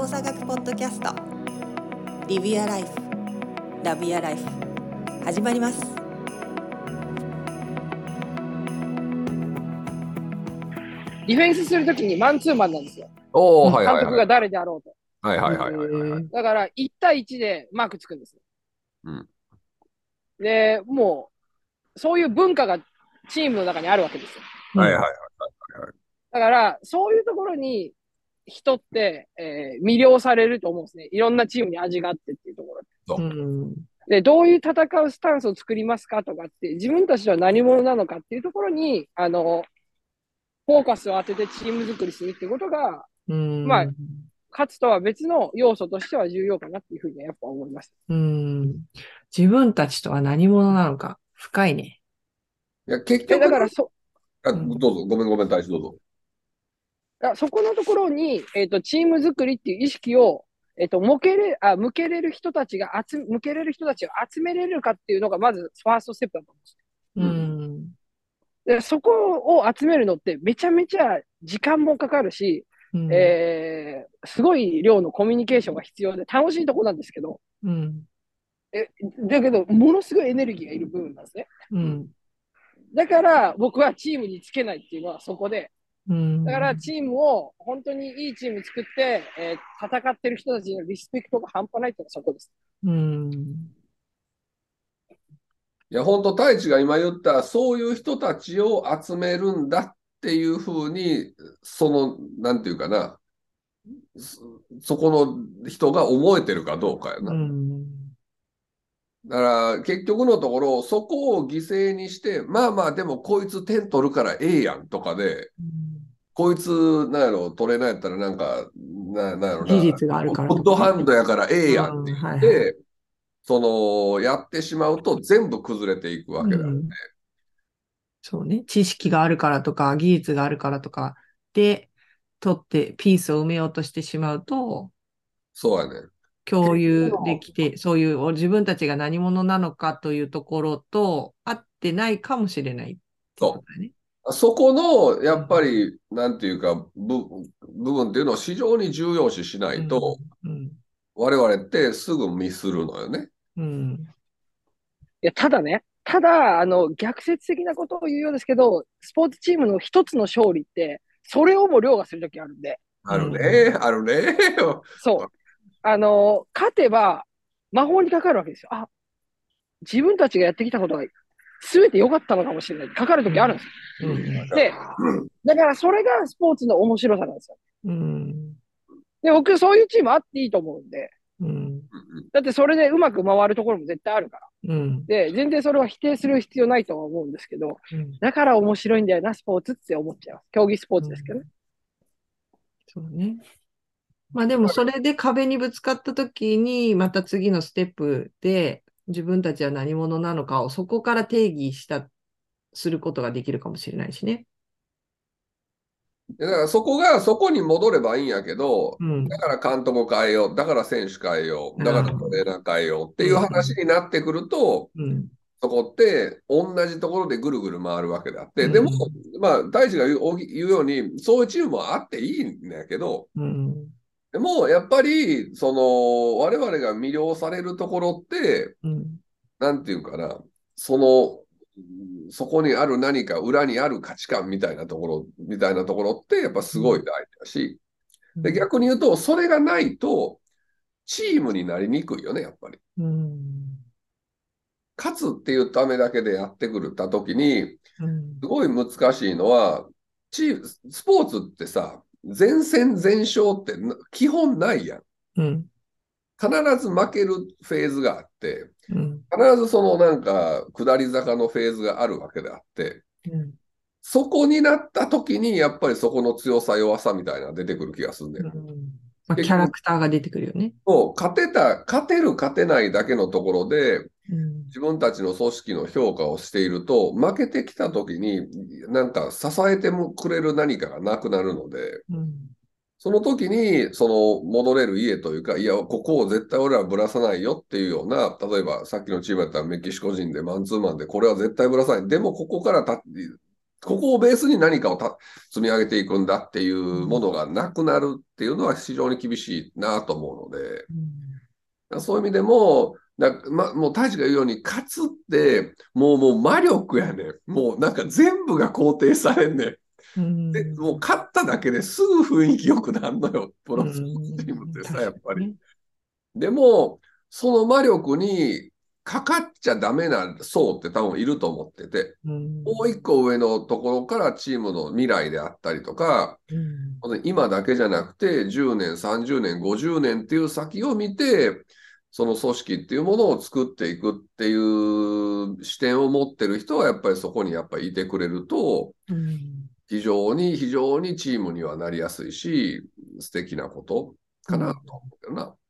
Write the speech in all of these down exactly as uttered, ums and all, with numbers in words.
動作学ポッドキャスト Live Your Life Love Your Life 始まります。 ディフェンスするときにマンツーマンなんですよ。 おー、はいはいはい。 監督が誰であろうと。 はいはいはいはいはい。 だからいち対いちでマークつくんですよ。 うん。 で、もう、そういう文化がチームの中にあるわけですよ。 はいはいはいはい。 だから、そういうところに人って、えー魅了されると思うんですね。いろんなチームに味があってっていうところそう。 うんで。で、どういう戦うスタンスを作りますかとかって、自分たちは何者なのかっていうところに、あの、フォーカスを当ててチーム作りするっていうことが、 うんまあ、勝つとは別の要素としては重要かなっていうふうにはやっぱ思います。 うん自分たちとは何者なのか深いね。 いや、結え、 局、 だからそ、 あ、どうぞ、ごめんごめん、大使どうぞ。 あそこのところに、えっと、チーム作りっていう意識を、えっと、向けれ、あ、向けれる人たちが集め、向けれる人たちを集めれるかっていうのが、まず、ファーストステップだと思うんうんです。で、そこを集めるのって、めちゃめちゃ時間もかかるし、 うんえー、すごい量のコミュニケーションが必要で、楽しいとこなんですけど、 うんえ、だけど、ものすごいエネルギーがいる部分なんですね。 うんだから、僕はチームにつけないっていうのはそこで、 うんだからチームを本当にいいチーム作って、えー戦ってる人たちのリスペクトが半端ないっていうのはそこです。 うんいや、本当太一が今言った、そういう人たちを集めるんだっていうふうに、その、なんていうかな、そ、そこの人が思えてるかどうかやうな。 んだから結局のところ、そこを犠牲にして、まあまあでもこいつ点取るからええやんとかで、こいつ、なんやろ、取れないやったらなんか、な、なんやろな、 技術があるからゴッドとかね。 ハンドやからええやんってうんはいはい。 言って、その、やってしまうと全部崩れていくわけだ。 うんそうね。知識があるからとか、技術があるからとかで、取ってピースを埋めようとしてしまうと、 そうやね。 共結局有での、 きて、そういう自分たちが何者なのかというところと合ってないかもしれないっていうことそだね。 う。そこの、やっぱうんり、なんていうか、部、部分っていうのを非常に重要視しなうんいと、 うん我々ってすぐミスるのよね。 うんいや、ただね、ただ、あの、逆説的なことを言うようですけど、スポーツチームの一つの勝利って、それをも凌駕するときあるんで、 あるね、あるね。 そう。あの、勝てば魔法にかかるわけですよ。あ、自分たちがやってきたことが全て良かったのかもしれない。かかるときあるんですよ。 うんで、だからそれがスポーツの面白さなんですよ。 うんで、僕そういうチームあっていいと思うんで、 うんだってそれでうまく回るところも絶対あるから。 うんで、全然それは否定する必要ないとは思うんですけど、 うんだから面白いんだよな、スポーツって思っちゃいます。競技スポーツですけどね。 そうね。まあでもそれで壁にぶつかった時に、また次のステップで自分たちは何者なのかをそこから定義した、することができるかもしれないしね。 だからそこが、そこに戻ればいいんやけど、 うん。 だから監督変えよう、だから選手変えよう、だからトレーナー変えようっていううん話になってくると、 うんそこって同じところでぐるぐる回るわけであって、 うんでも、まあ、大使が言う言うように、そういうチームもあっていいんだけど、 うんでもやっぱり、その、我々が魅了されるところって、 うんなんていうかな、その、うんそこにある何か裏にある価値観みたいなところ、みたいなところってやっぱすごい大事だし、で、逆に言うと、それがないと、チームになりにくいよね、やっぱり。 うん勝つっていうためだけでやってくるた時に、 うんすごい難しいのは、チーム、スポーツってさ、全戦全勝ってな基本ないやん。 うん必ず負けるフェーズがあって、 うん必ずそのなんか下り坂のフェーズがあるわけであって、 うんそこになった時にやっぱりそこの強さ弱さみたいなのが出てくる気がするんだよ。 まあ、キャラクターが出てくるよね。 もう勝てた、勝てる勝てないだけのところで、 うん自分たちの組織の評価をしていると、負けてきた時に、なんか支えてくれる何かがなくなるので、 うんその時に、その戻れる家というか、いや、ここを絶対俺らぶらさないよっていうような、例えばさっきのチームやったらメキシコ人でマンツーマンで、これは絶対ぶらさない。でもここからたここをベースに何かをた積み上げていくんだっていうものがなくなるっていうのは非常に厳しいなと思うので、 うん、 そういう意味でも、なま、もう大使が言うように、勝つって、もうもう魔力やねん。もうなんか全部が肯定されんねん。 うで、 ん、 もう勝っただけですぐ雰囲気良くなるのよ、プロうスポーツチームっん、 てさ、 確やっぱり。 かにね。 でも、その魔力にかかっちゃダメな層って多分いると思ってて、 うん、 もう一個上のところからチームの未来であったりとか、 うん、 今だけじゃなくて、じゅうねん、さんじゅうねん、ごじゅうねんっていう先を見て、その組織っていうものを作っていくっていう視点を持ってる人は、やっぱりそこにやっぱりいてくれると、 うん、 非常に非常にチームにはなりやすいし、素敵なことかなと思うけどな。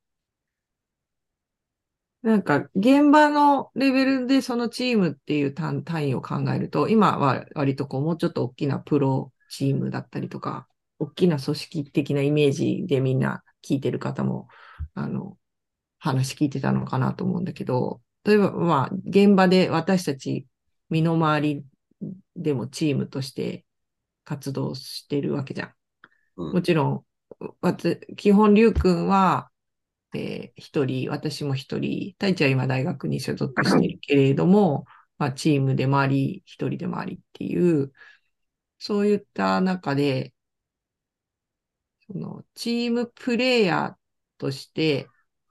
なんか、現場のレベルでそのチームっていう単、単位を考えると、今は割とこう、もうちょっと大きなプロチームだったりとか、大きな組織的なイメージでみんな聞いてる方も、あの、話聞いてたのかなと思うんだけど、例えば、まあ、現場で私たち身の回りでもチームとして活動してるわけじゃん。 うん。 もちろん、わた基本、りゅうくんは、えー一人、私も一人、太一は今大学に所属しているけれども、まあ、チームでもあり、一人でもありっていう、そういった中で、そのチームプレイヤーとして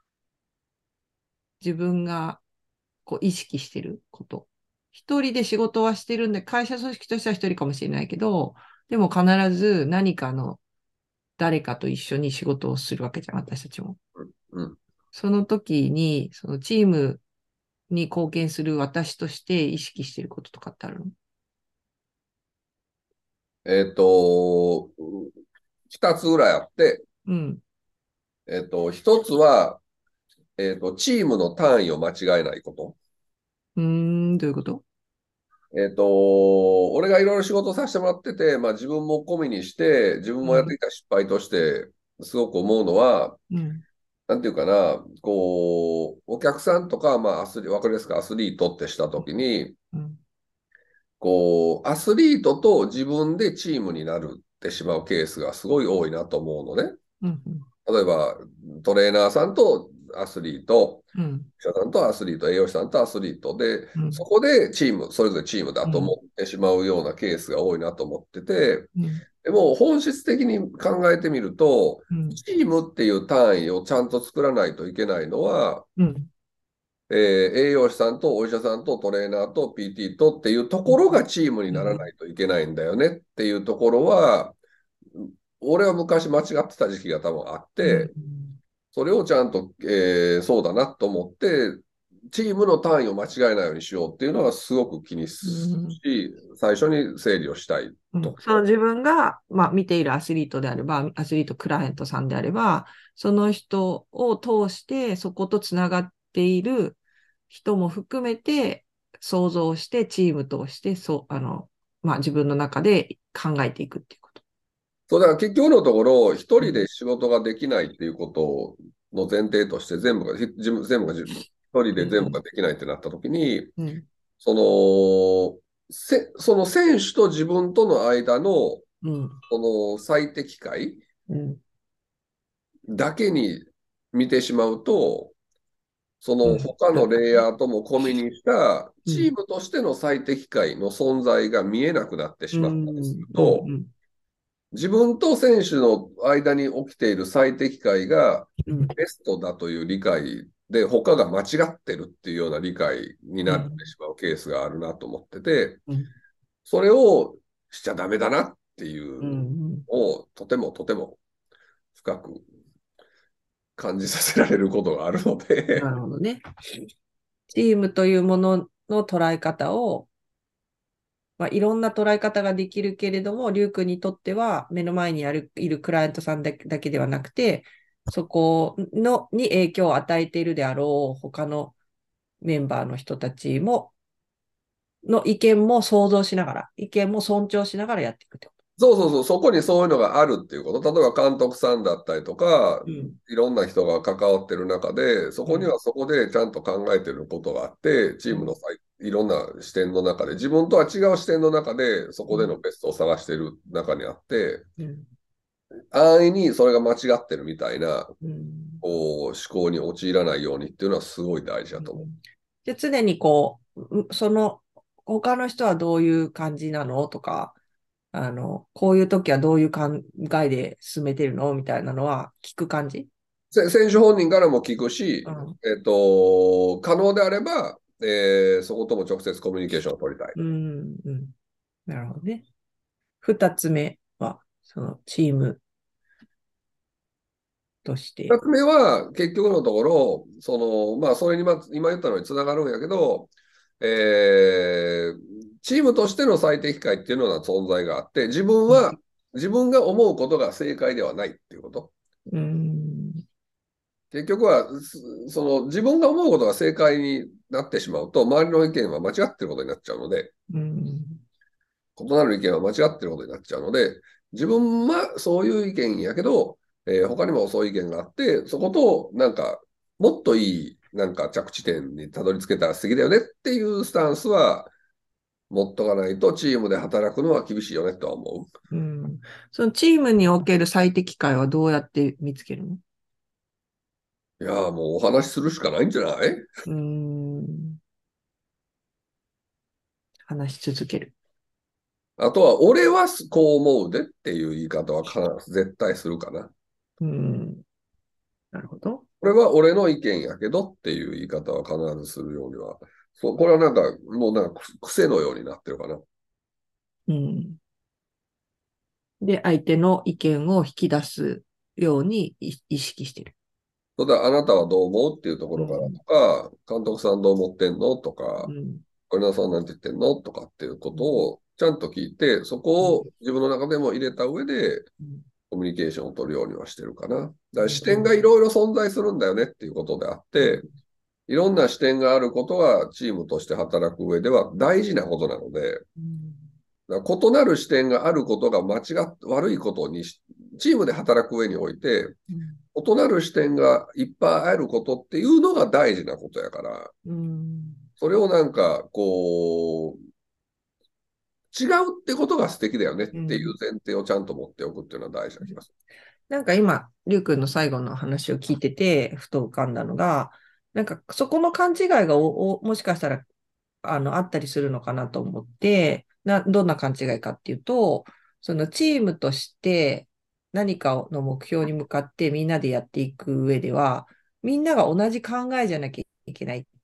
自分がこう意識してること。一人で仕事はしてるんで、会社組織としては一人かもしれないけど、でも必ず何かの誰かと一緒に仕事をするわけじゃん、私たちも。 うん。 その時に、そのチームに貢献する私として意識してることとかってあるの？ えっと、二つぐらいあって、 うん。 えっと、一つは、えっと、チームの単位を間違えないこと。 うーん、どういうこと？ えっと、俺がいろいろ仕事させてもらってて、まあ自分も込みにして、自分うん、 もやってきた失敗として、すごく思うのは、 うん、 なんていうかな、こう、お客さんとか、まあアスリ、わかりますか、アスリートってしたときに、 うん、 こう、アスリートと自分でチームになるってしまうケースがすごい多いなと思うのね。 うん、 例えば、トレーナーさんとアスリート、 うん、 記者さんとアスリート、栄養士さんとアスリートで、 うん、 そこでチーム、それぞれチームだとうん、 思ってしまうようなケースが多いなと思ってて、 うん、 でも本質的に考えてみると、 うん、 チームっていう単位をちゃんと作らないといけないのは、 うん、 えー栄養士さんとお医者さんとトレーナーと ピーティー とっていうところがチームにならないといけないんだよねっていうところは、俺は昔間違ってた時期が多分あっうん、 て、それをちゃんと、えーそうだなと思って、チームの単位を間違えないようにしようっていうのはすごく気にうするん、 し、最初に整理をしたいうん、 ところ。 その自分が、まあ、見ているアスリートであれば、アスリートクライアントさんであれば、その人を通して、そことつながっている人も含めて、想像して、チームとして、そう、あの、まあ、自分の中で考えていくっていうこと。 そうだから結局のところ、一うん、 人で仕事ができないっていうことの前提として全部が、ひ自分全部が自分、一人で全部ができないってなったときに、 うん、 その、せ、その選手と自分との間の、 うん、 その最適解うん、 だけに見てしまうと、そのうん、 他の確かに。 レイヤーとも込みにしたうん、 チームとしての最適解の存在が見えなくなってうん、 しまったりするうん、 と、 うん、 自分と選手の間に起きている最適解がうん、 ベストだという理解で、他が間違ってるっていうような理解になってしまうケースがあるなと思ってて、 うん、 それをしちゃダメだなっていうのうん、 をとてもとても深く感じさせられることがあるのなで、 るほどね。チームというものの捉え方を、まあ、いろんな捉え方ができるけれども、リュウ君にとっては目の前にあるいるクライアントさんだけだけではなくて、そこのに影響を与えているであろう他のメンバーの人たちも、の意見も想像しながら、意見も尊重しながらやっていくってこそうそうそう、そこにそういうのがあるっていうこと。例えば監督さんだったりとか、 と。うん、 いろんな人が関わってる中で、そうん、 こにはそこでちゃんと考えてることがあって、チうん、 ームの最いろんな視点の中で、自分とは違う視点の中で、そこでのベストを探している中にあって、 うん。 安易にそれが間違ってるみたいな、 うん。 こう思考に陥らないようにっていうのはすごい大事だと思う。 で、常にこう、うその、他の人はどういう感じなのとか、あの、こういう時はどういう考えで進めてるのみたいなのは聞く感じ？ せ選手本人からも聞くし、 うん。 えっと、可能であれば、えーそことも直接コミュニケーションを取りたい。 うん。うん。なるほどね。二つ目は、そのチームとして。 二つ目は、結局のところ、その、まあ、それに、ま、今言ったのにつながるんやけど、えーチームとしての最適解っていうのは存在があって、自分うん。 は、自分が思うことが正解ではないっていうこと。 うん。 結局は、すその、自分が思うことが正解になってしまうと、周りの意見は間違ってることになっちゃうので、 うん。 異なる意見は間違ってることになっちゃうので、自分はそういう意見やけど、えー他にもそういう意見があって、そことなんか、もっといいなんか着地点にたどり着けたら素敵だよねっていうスタンスは持っとかないとチームで働くのは厳しいよねとは思うん。そのチームにおける最適解はどうやって見つけるの？ う。いやーもうお話しするしかないんじゃない？ うーん。話し続ける。 あとは、俺はこう思うでっていう言い方は必ず絶対するかな。 うん。なるほど。 これは俺の意見やけどっていう言い方は必ずするようには。そう、これはなんか、もうなんか癖のようになってるかな。 うん。で、相手の意見を引き出すように意意識してる。 ただ、あなたはどう思うっていうところからうん。 とか、監督さんどう思ってんのとか、 うん。 小稲さんなんて言ってんのとかっていうことうん。 をちゃんと聞いて、そうん。 こを自分の中でも入れた上でうん。 コミュニケーションを取るようにはしてるかな。だから視点がいうん。 ろいろ存在するんだよねっていうことであって、いろんな視点があることがチームとして働く上では大事なことなので、 うん。 だから異なる視点があることが間違っ、悪いことにし、チームで働く上において、 うん。 異なる視点がいっぱいあることっていうのが大事なことやから、 うん。 それをなんか、こう、違うってことが素敵だよねっていううん。 前提をちゃんと持っておくっていうのは大事な気がすなんか今、りゅうくんの最後の話を聞いてて、ふと浮かんだのが、なんかそこの勘違いがおおもしかしたらあのあったりするのかなと思って、な、どんな勘違いかっていうと、そのチームとして何かの目標に向かってみんなでやっていく上では、みんなが同じ考えじゃなきゃいけないって、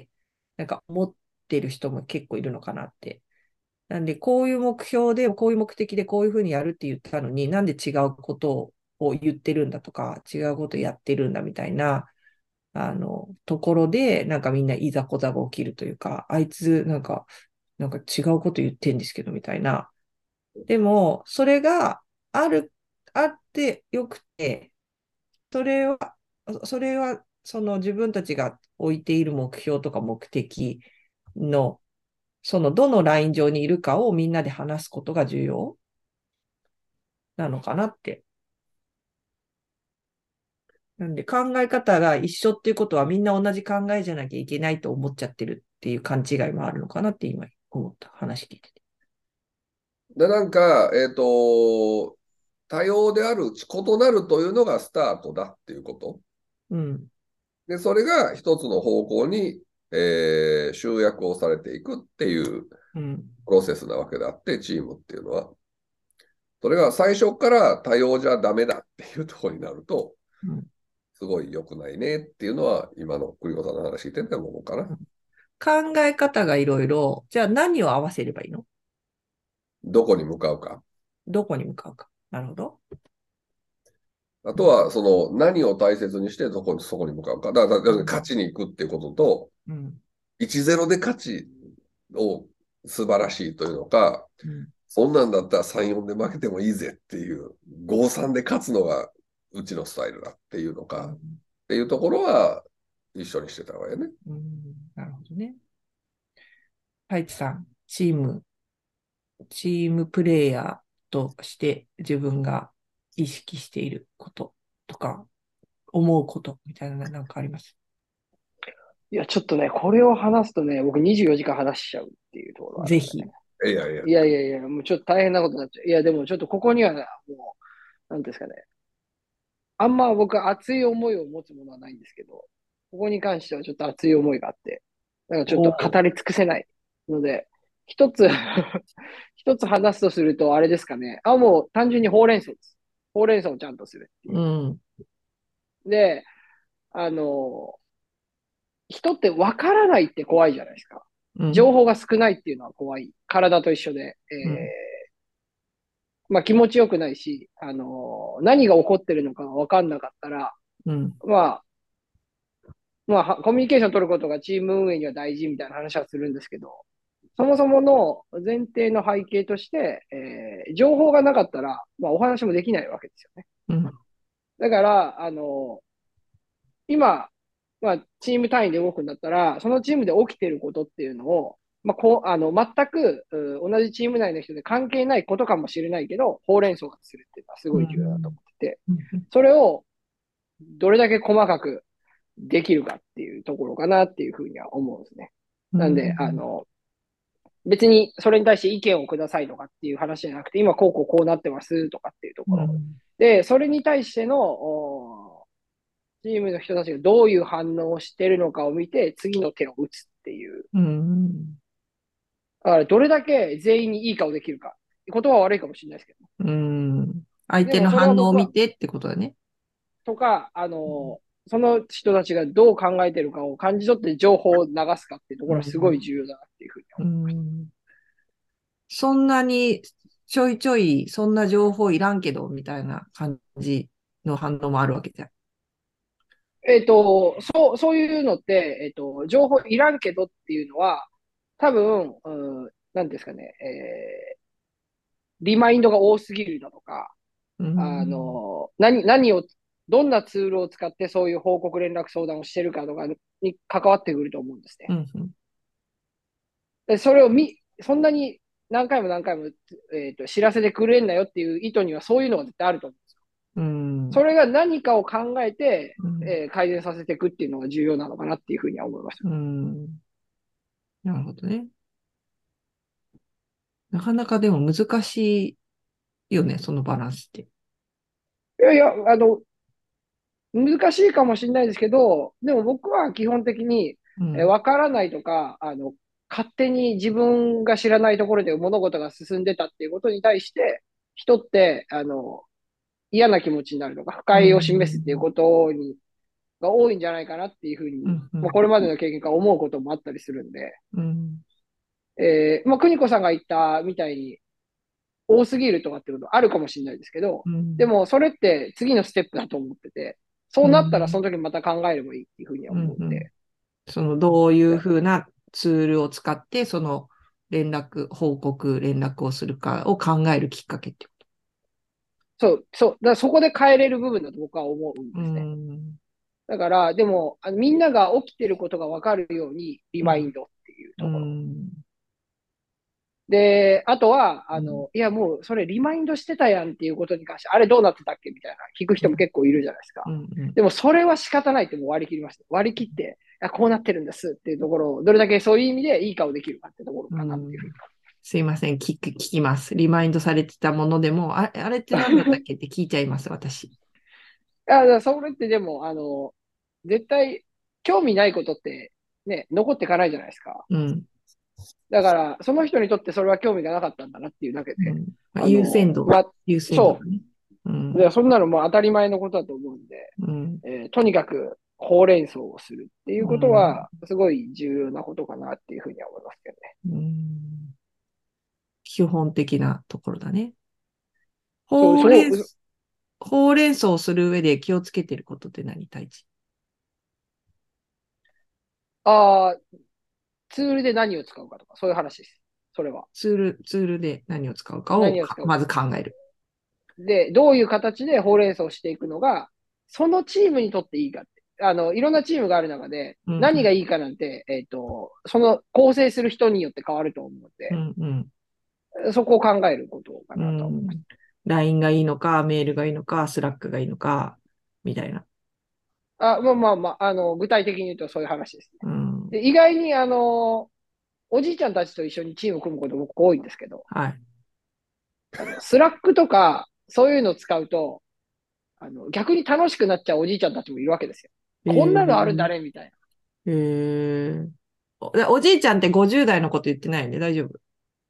なんか思ってる人も結構いるのかなって。なんで、こういう目標で、こういう目的でこういうふうにやるって言ったのに、なんで違うことを言ってるんだとか、違うことやってるんだみたいな、あの、ところで、なんかみんないざこざが起きるというか、あいつ、なんか、なんか違うこと言ってんですけど、みたいな。でも、それがある、あってよくて、それは、それは、その自分たちが置いている目標とか目的の、そのどのライン上にいるかをみんなで話すことが重要なのかなって。なんで考え方が一緒っていうことはみんな同じ考えじゃなきゃいけないと思っちゃってるっていう勘違いもあるのかなって今思った話聞いてて。 る。で、なんか、えっと、多様である、異なるというのがスタートだっていうこと。 うん。 で、それが一つの方向に、えー集約をされていくっていううん。 プロセスなわけであって、チームっていうのは。それが最初から多様じゃダメだっていうところになると、 うん。 すごい良くないねっていうのは、今の栗子さんの話聞いてて思うかな。 考え方がいろいろ、じゃあ何を合わせればいいの？ どこに向かうか。 どこに向かうか。なるほど。 あとは、その、何を大切にして、そこに、そこに向かうか。だから、だからうん。 勝ちに行くっていうことと、 うん。 いちゼロで勝ちを素晴らしいというのか、 うん。 そんなんだったらさんよんで負けてもいいぜっていう、ごさんで勝つのがうちのスタイルだっていうのか、っていうところは一緒にしてた方がいいね。 うん。なるほどね。太一さん、チーム、チームプレイヤーとして自分が意識していることとか、思うことみたいなのなんかあります？ いや、ちょっとね、これを話すとね、僕にじゅうよじかん話しちゃうっていうところがあるぜひ。 んでね。 いやいや。 いやいやいや、もうちょっと大変なことになっちゃう。いや、でもちょっとここにはね、もう、なんていうんですかね。あんま僕熱い思いを持つものはないんですけど、ここに関してはちょっと熱い思いがあって、だからちょっとお語り尽くせないので、一つ一つ話すとすると、あれですかね。あ、もう単純にほうれん草です。ほうれん草をちゃんとするっていうん。 う。で、あの、人って分からないって怖いじゃないですか。 うん。 情報が少ないっていうのは怖い。体と一緒で。えうん。 ーまあ気持ちよくないし、あの何が起こってるのかが分かんなかったら、 うん。 まあ、まあ、コミュニケーション取ることがチーム運営には大事みたいな話はするんですけど、そもそもの前提の背景として、えー情報がなかったら、まあ、お話もできないわけですよね。 うん。 だから、あの、今、まあ、チーム単位で動くんだったら、そのチームで起きていることっていうのを、まあ、こう、あの、全く、同じチーム内の人で関係ないことかもしれないけど、ほうれん草がするっていうのはすうごい重要だとん。 思ってて、 うん。 それをどれだけ細かくできるかっていうところかなっていうふうには思うんですね。 うなんで、あん。 の、別にそれに対して意見をくださいとかっていう話じゃなくて、今こうこうこうなってますとかっていうところ。 うん。 で、それに対しての、チームの人たちがどういう反応をしているのかを見て、次の手を打つっていう。 うん。 だからどれだけ全員にいい顔できるか。言葉は悪いかもしれないですけど。 うん。相でもそれ手の反応をは僕は、 見てってことだね。 とか、あの、その人たちがどう考えているかを感じ取って情報を流すかっていうところはすごいうん。 重要だなっていうふうにう思いました。 ん。そんなにちょいちょい、そんな情報いらんけど、みたいな感じの反応もあるわけじゃん。 えっと、そう、そういうのって、えっと、情報いらんけどっていうのは、多分、うん、なんですかね、えー、リマインドが多すぎるだとか、 うあん。 の、何、何を、どんなツールを使ってそういう報告連絡相談をしてるかとかに関わってくると思うんですね。 うん。 で、それを見、そんなに何回も何回も、えっと、知らせてくれんなよっていう意図にはそういうのが絶対あると思うんですよ。 うん。 それが何かを考えて、 うん。 えー改善させていくっていうのが重要なのかなっていうふうには思いました。 うん。なるほどね。なかなかでも難しいよね、そのバランスって。 いやいや、あの、難しいかもしれないですけど、でも僕は基本的に、えー、 うん。 わからないとか、あの、勝手に自分が知らないところで物事が進んでたっていうことに対して、人って、あの、嫌な気持ちになるとか、不う快を示すっていうん。 ことに、が多いんじゃないかなっていうふうに、 うん。うまあ、 ん。 これまでの経験から思うこともあったりするんで、 うん。 えー、まあ、邦子さんが言ったみたいに、多すぎるとかってことあるかもしれないですけど、 うん。 でもそれって次のステップだと思ってて、そううなったらそん。 の時にまた考えればいいっていうふうにはうん。 思うんで、 その、どういうふうなツールを使って、その、連絡、報告、連絡をするかを考えるきっかけってこそう、そう、だからそこで変えれる部分だと僕は思うんと。うですね。 ん。 だから、でも、あのみんなが起きてることが分かるようにリうん。 マインドっていううところ。 ん。 で、あとは、 うん。 あの、いやもうそれリマインドしてたやんっていうことに関して、あれどうなってたっけみたいな聞く人も結構いるじゃないですか。 うん。 でもそれは仕方ないってもう割り切りました。割り切って、あこうなってるんですっていうところを、どれだけそういう意味でいい顔できるかってところうかなっていうふうに。 ん。すいません。聞く、聞きます。リマインドされてたものでも、あ、あれって何だったっけって聞いちゃいます、私。 あだからそれってでも、あの、絶対興味ないことってね、残っていかないじゃないですか。 うん。 だから、その人にとってそれは興味がなかったんだなっていうだけで、 うん。まあ、 あ優先の、 度、 まあ、 優先度そがね。うう。で、 ん。 そんなのもう当たり前のことだと思うんで、 うん。 えーとにかくほうれん草をするっていううことん。 は、すごい重要なことかなっていうふうには思いますけどね。 うん。基本的なところだね。 そう、 ほうれん、 そう、 ほうれん草をする上で気をつけてることって何、太一？ ああ、ツールで何を使うかとか、そういう話です。それは。 ツール、ツールで何を使うかを何を使うか。 かまず考える。 で、どういう形でほうれん草をしていくのが、そのチームにとっていいかって。あの、いろんなチームがある中で、 うん。 何がいいかなんて、えっと、その構成する人によって変わると思うのうん。うん。 で、そこを考えることかうなと思います。 ん。ライン がいいのか、メールがいいのか、スラックがいいのか、みたいな。 あ、まあまあまあ、あの、具体的に言うとそういう話ですね。 うん。 で、意外に、あの、おじいちゃんたちと一緒にチーム組むこと僕多いんですけど、 はい。 あの、スラックとか、そういうのを使うと、あの、逆に楽しくなっちゃうおじいちゃんたちもいるわけですよ。 えこんなのあるんだー、 ね、みたいな。 えー、お、でおじいちゃんってごじゅう代のこと言ってないんで大丈夫？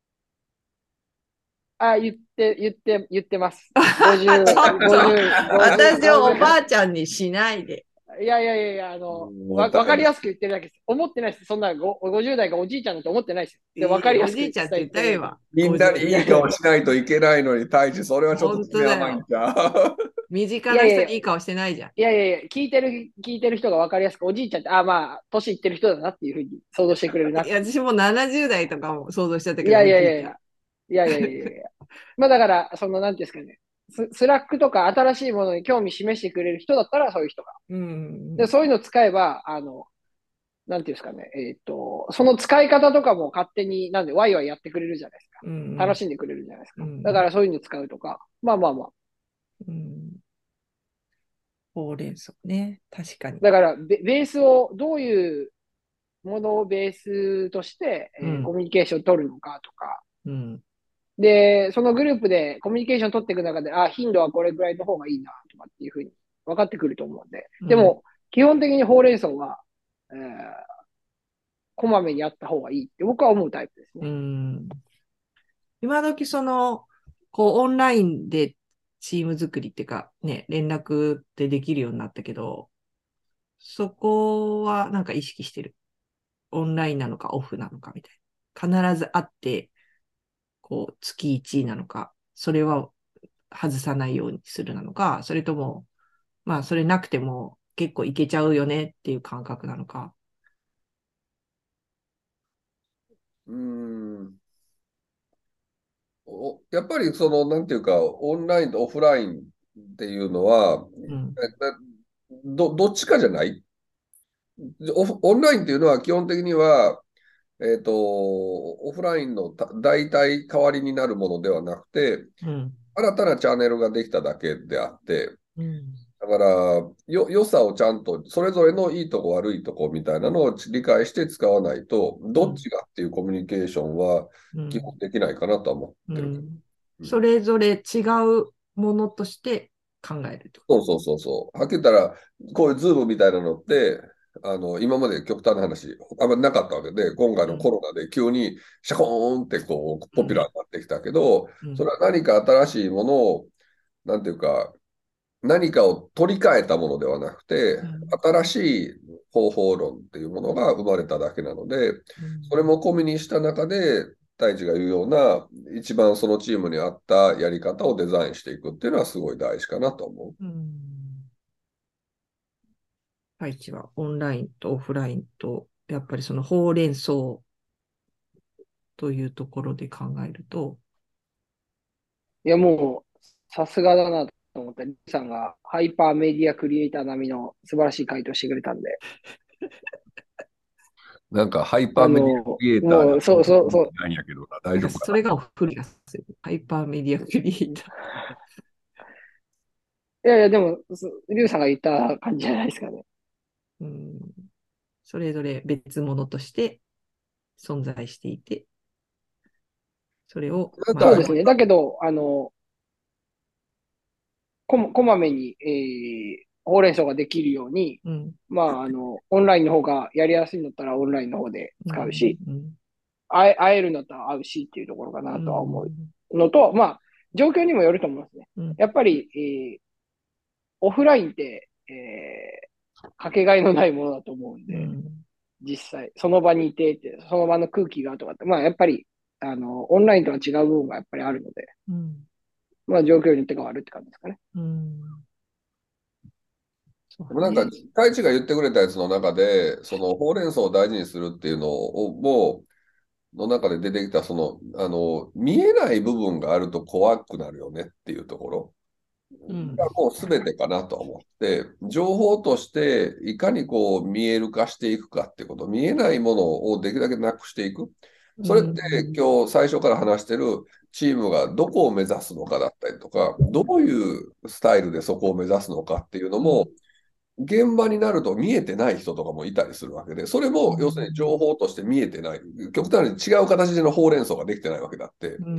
あ、言って、言って、言ってます。ごじゅう、 ちょっと、 ごじゅう、ごじゅう、 私をおばごじゅう。 あちゃんにしないで。 いやいやいやいや、あの、わ、 もったいない。 わかりやすく言ってるだけです。思ってないです。そんなごごじゅう代がおじいちゃんだと思ってないです。で、わいい、おかりやすく伝じいちゃんって言っえてるだけ。 たよ今。 みんなにごじゅう。 いやいやいや、 いい顔しないといけないのに対して、それはちょっと本当爪だよ。 甘いんちゃう。 身近いやいやいや、 な人にいい顔してないじゃん。 いやいやいや、聞いてる、聞いてる人がわかりやすく、おじいちゃんって、あ、まあ、年いってる人だなっていうふうに想像してくれるなっいや、 ていう。 私もななじゅう代とかも想像しちゃったけど、 いやいおじいちゃん。 やいやいや、いやいやいやいやいや。まあだから、その、なんていうんですかね、ス、スラックとか新しいものに興味示してくれる人だったら、そういう人が。 うん。 で、そういうのを使えば、あの、なんていうんですかね、えっと、その使い方とかも勝手に、なんで、ワイワイやってくれるじゃないですか。 うん。 楽しんでくれるじゃないですか。だかうん。 らそういうの使うとか、まあまあまあ。 うん。ほうれん草ね。確かに。 だからベ、ベースを、どういうものをベースとして、えーコうん。 ミュニケーションを取るのかとか、 うん。 で、そのグループでコミュニケーション取っていく中で、あ、頻度はこれぐらいの方がいいな、とかっていうふうに分かってくると思うんで。 うん。 でも、基本的にほうれん草は、えーこまめにやった方がいいって僕は思うタイプですうね。 ん。今時その、こう、オンラインでチーム作りっていうか、ね、連絡ってできるようになったけど、そこはなんか意識してる。オンラインなのかオフなのかみたいな。必ず会って、こう、月いちなのか、それは外さないようにするなのか、それとも、まあ、それなくても結構いけちゃうよねっていう感覚なのか。 うーん。おやっぱりその、なんていうか、オンラインとオフラインっていうのは、 うん。 えなど、どっちかじゃない。オフ、オンラインっていうのは基本的には、えっと、オフラインのた代替代わりになるものではなくて、 うん。 新たなチャンネルができただけであって、 うん。 だから、よ、良さをちゃんと、それぞれのいいとこ悪いとこみたいなのを理解して使わないと、 うん。 どっちがっていうコミュニケーションは基本うん。 できないかなとは思ってる。 うん。 うん、 それぞれ違うものとして考えると。 そうそうそうそう。はっきり言ったら、こういうズームみたいなのって、あの、今まで極端な話、あんまりなかったわけで、今回うん。 のコロナで急にシャコーンってこう、ポピュラうん。 ーになってきたけど、 うん。 それは何か新しいものを、なんていうか、何かを取り替えたものではなくて、 うん。 新しい方法論っていうものが生まれただけなので、 うん。 それも込みにした中で、太一が言うような、一番そのチームに合ったやり方をデザインしていくっていうのはすごい大事かなと思うん。配置はオンラインとオフラインと、やっぱりそのほうれん草というところで考えると、 いや、もう、さすがだなと思った。リさんがハイパーメディアクリエイター並みの素晴らしい回答してくれたんで。 う。なんかハイパーメディアあの、 クリエイターでもう、そうそうそう。 ないんやけどな、大なんか丈夫かな。 それが不利がする。ハイパーメディアクリエイター。 いやいや、でも、リュウさんが言った感じじゃないですかね。 うん、それぞれ別物として存在していて、それを、 なんか、 まあ、 そうですね。だけど、あの、こま、こまめに、えー、ほうれん草ができるように、 うん、 まあ、あの、オンラインの方がやりやすいんだったらオンラインの方でうん、 使うし、 うん、 会え、会えるんだったら会うしっていうところかうなとは思ん、 うのと、まあ、状況にもよると思いますね。 うん、 やっぱり、えー、オフラインって、えー、かけがえのないものだと思うんで、 うん、 実際、その場にいてって、その場の空気がとかって、まあ、やっぱり、あの、オンラインとは違う部分がやっぱりあるので、 うん、 まあ、状況によって変わるって感じですかね。 うん、そうでもなんか、 ね。 太一が言ってくれたやつの中で、そのほうれん草を大事にするっていうのを、もう、の中で出てきた、その、あの、見えない部分があると怖くなるよねっていうところうん、 がもう全てかなと思って、情報としていかにこう見える化していくかってこと、見えないものをできるだけなくしていく。 うそれってん、 今日最初から話してるチームがどこを目指すのかだったりとか、どういうスタイルでそこを目指すのかっていうのも、 うん、 現場になると見えてない人とかもいたりするわけで、それも要するに情報として見えてない、極端に違う形でのほうれん草ができてないわけだって、 うん。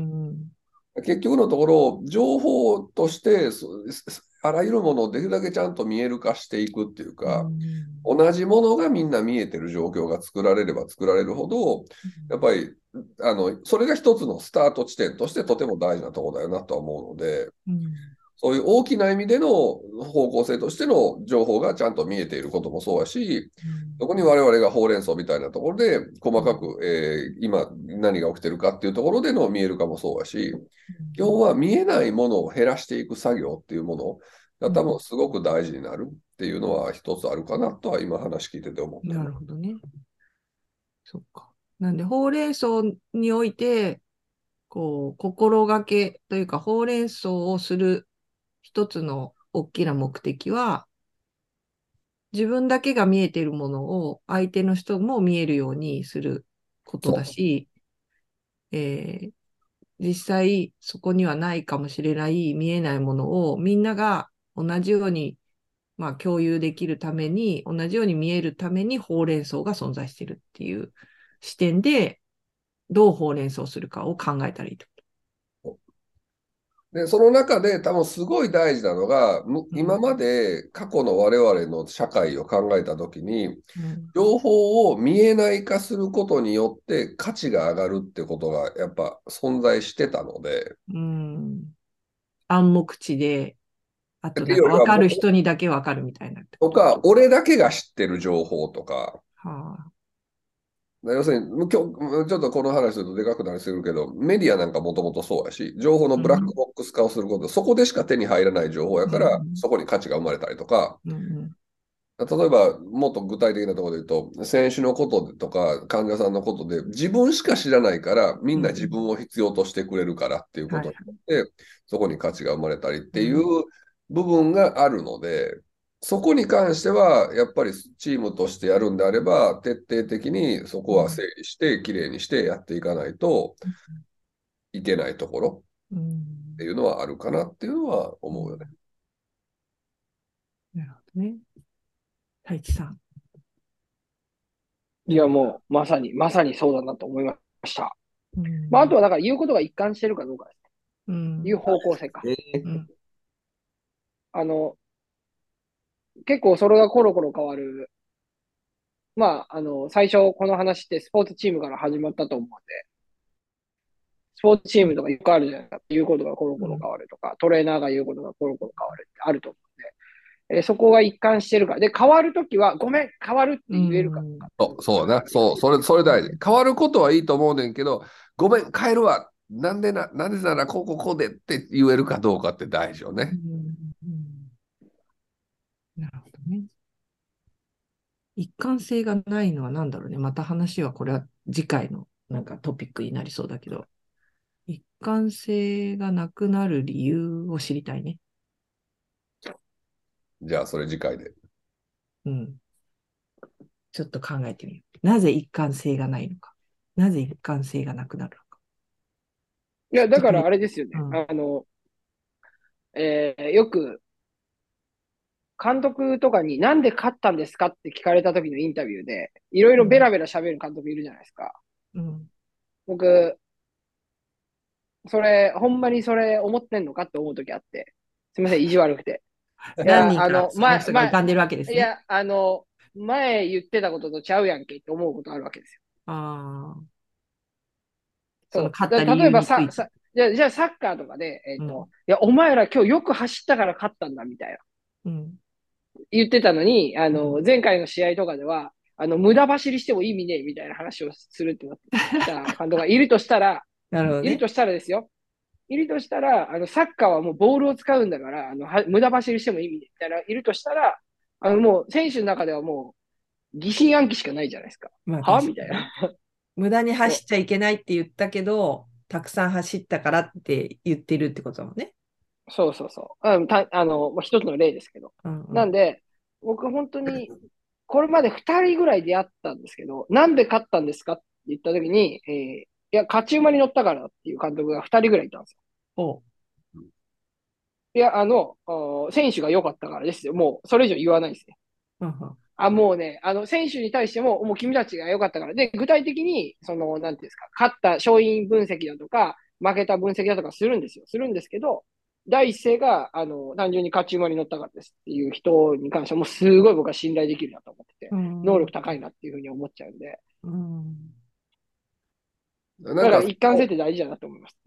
結局のところ、情報としてそあらゆるものをできるだけちゃんと見える化していくっていううか、 ん。 同じものがみんな見えてる状況が作られれば作られるほど、やっぱりあのそれが一つのスタート地点としてとても大事なところだよなとは思うので、 うん。 そういう大きな意味での方向性としての情報がちゃんと見えていることもそうだし、 うん。 そこに我々がほうれん草みたいなところで細かうん。 く、えー今何が起きてるかっていうところでの見えるかもそうだし、基うん。 本は見えないものを減らしていく作業っていうものが多分すごく大事になるっていうのは一つあるかなとは今話聞いてて思ったなね。 るほどね。そっか。なんで、ほうれん草において、こう、心がけというか、ほうれん草をする一つの大きな目的は、自分だけが見えているものを相手の人も見えるようにすることだそし、えー実際そこにはないかもしれない見えないものをみんなが同じように、まあ、共有できるために、同じように見えるためにほうれん草が存在しているっていう視点で、どうほうれん草するかを考えたらいいと。 う。で、その中で多分すごい大事なのが、むうん。 今まで過去の我々の社会を考えたときに、 うん。 情報を見えない化することによって価値が上がるってことがやっぱ存在してたので、 うん。暗黙知で、あとなんかっていうよりは、も分かる人にだけ分かるみたいなってこと。 とか、俺だけが知ってる情報とか、 はあ。 要するに、今日、ちょっとこの話するとでかくなりするけど、メディアなんかもともとそうやし、情報のブラックうん。 ボックス化をすること、そこでしか手に入らない情報やうから、 ん。 そこに価値が生まれたりとか、 うん。 例えば、もっと具体的なところで言うと、選手のこととか患者さんのことで、自分しか知らないから、みんな自うん。 分を必要としてくれるからっていうこはい。 とによって、そこに価値が生まれたりっていううん。 部分があるので、そこに関しては、やっぱりチームとしてやるんであれば、徹底的にそこは整理して、きれいにしてやっていかないといけないところうん。 っていうのはあるかなっていうのはうん。 思うよね。 なるほどね。太一さん、 いや、 何か。 もう、まさに、まさにそうだなと思いました。 うまあ、あとん。 は、だから言うことが一貫してるかどうかですね。 うん。 いう方向性か。 えうん。 あの、結構それがコロコロ変わる。まあ、あの、最初この話ってスポーツチームから始まったと思うんで、スポーツチームとかよくあるじゃないですか。言うことがコロコロうん。 変わるとか、トレーナーが言うことがコロコロ変わるってあると思うんで、えーそこが一貫してるから。で、変わるときは、ごめん、変わるってう言えるかどうん。 かっていうそう、 ことがそうだな。そう、それ、それ大事。変わることはいいと思うねんけど、ごめん、変えるわ。なんでな、なんでなら、こうこうこうでって言えるかどうかって大事よね。 うん。うん。なるほどね。一貫性がないのは何だろうね。また話はこれは次回のなんかトピックになりそうだけど、一貫性がなくなる理由を知りたいね。 じゃあ、それ次回で。 うん。ちょっと考えてみよう。なぜ一貫性がないのか。なぜ一貫性がなくなるのか。 いや、だからきっとこれ、 あれですよね。 うん。 あの、えーよく監督とかになんで勝ったんですかって聞かれた時のインタビューで、いろいうん。 ろベラベラ喋る監督いるじゃないですか。 うん。 僕、それ、ほんまにそれ思ってんのかって思う時あって。すみません、意地悪くて。いや、 何人かあの、前、 その人が浮前、 かんでるわけですね。 いや、あの、前言ってたこととちゃうやんけって思うことあるわけですよ。 ああ、そのそう。だ勝った理由例えばさ、 について。 さ、じゃあ、じゃあサッカーとかで、えっと、 うん。 いや、お前ら今日よく走ったから勝ったんだみたいな。 うん。 言ってたのに、あうん。 の、前回の試合とかでは、あの、無駄走りしても意味ねえみたいな話をするってなってきた監督がいるとしたら、 なるほどね。 いるとしたらですよ。いるとしたら、あの、サッカーはもうボールを使うんだから、あの、は無駄走りしても意味ねえみたいな、いるとしたら、あの、もう選手の中ではもう疑心暗鬼しかないじゃないですか。 まあ確かにね。 はみたいな。 無駄に走っそちゃいけないって言ったけど、たくさん走ったからって言ってるってことだもんね。 う。そうそうそう。うん、た、あの、まあ、一つの例ですけど。 うんうん。 なんで、僕本当に、これまで二人ぐらい出会ったんですけど、なんで勝ったんですかって言った時に、えーいや、勝ち馬に乗ったからっていう監督が二人ぐらいいたんですよ。 おう。 いや、あの、選手が良かったからですよ。もう、それ以上言わないですね。 ははあ、もうね、あの、選手に対しても、もう君たちが良かったから。で、具体的に、その、なんていうんですか、勝った勝因分析だとか、負けた分析だとかするんですよ。するんですけど、第一声が、あの、単純に勝ち馬に乗ったからですっていう人に関しては、もうすごい僕は信頼できるなと思ってて、 うん。 能力高いなっていうふうに思っちゃうんで、 うん。 なんかだから一貫性って大事だなと思います。 うん。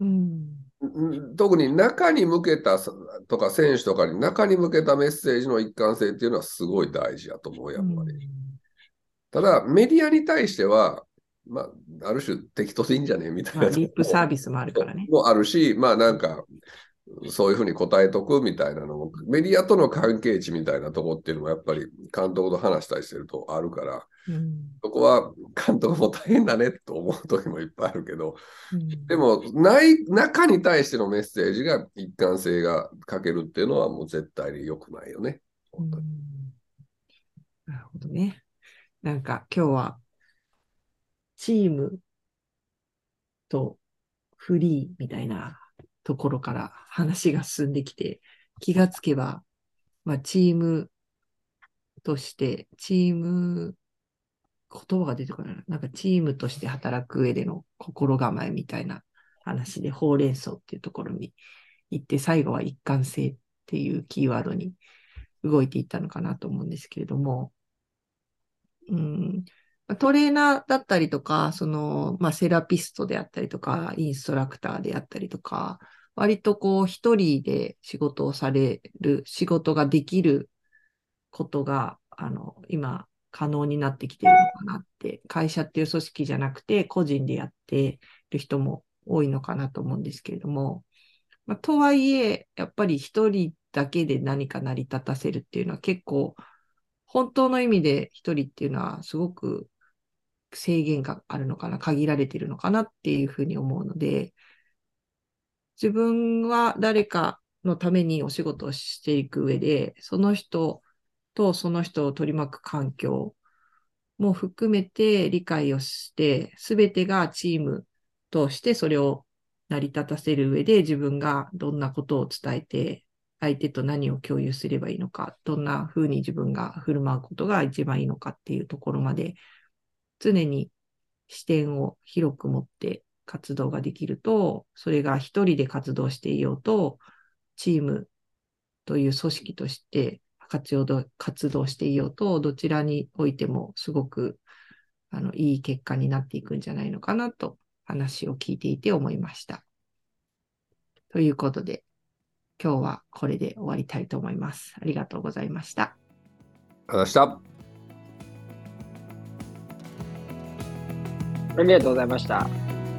うん特に中に向けたとか選手とかに中に向けたメッセージの一貫性っていうのはすごい大事だと思う、やうっぱり。 ん。 ただ、メディアに対しては、まあ、ある種適当でいいんじゃねみたいまあ、 なとリップサーこビスもあるからね。 ろもあるし、まあなんか、そういうふうに答えとくみたいなのも、メディアとの関係値みたいなとこっていうのもやっぱり監督と話したりしてるとあるから、 うん。 そこは監督も大変だねと思う時もいっぱいあるけど、 うん。 でもない中に対してのメッセージが一貫性が欠けるっていうのはもう絶対に良くないよね。 う本当に。 ん。なるほどね。なんか今日はチームとフリーみたいなところから話が進んできて、気がつけば、まあ、チームとして、チーム、言葉が出てこないな。なんかチームとして働く上での心構えみたいな話で、ほうれん草っていうところに行って、最後は一貫性っていうキーワードに動いていったのかなと思うんですけれども、うん、トレーナーだったりとか、その、まあ、セラピストであったりとか、インストラクターであったりとか、割とこう、一人で仕事をされる、仕事ができることが、あの、今、可能になってきてるのかなって、会社っていう組織じゃなくて、個人でやってる人も多いのかなと思うんですけれども、まあ、とはいえ、やっぱり一人だけで何か成り立たせるっていうのは結構、本当の意味で一人っていうのはすごく制限があるのかな、限られてるのかなっていうふうに思うので、自分は誰かのためにお仕事をしていく上で、その人とその人を取り巻く環境も含めて理解をして、すべてがチームとしてそれを成り立たせる上で自分がどんなことを伝えて、相手と何を共有すればいいのか、どんな風に自分が振る舞うことが一番いいのかっていうところまで、常に視点を広く持って活動ができると、それが一人で活動していようと、チームという組織として活動活動していようと、どちらにおいてもすごくあのいい結果になっていくんじゃないのかなと話を聞いていて思いました。ということで、今日はこれで終わりたいと思います。ありがとうございました。 ありがとうございました。 ありがとうございました。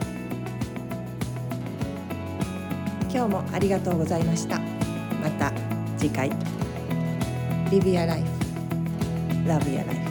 今日もありがとうございました。また次回。Live your life. Love your life.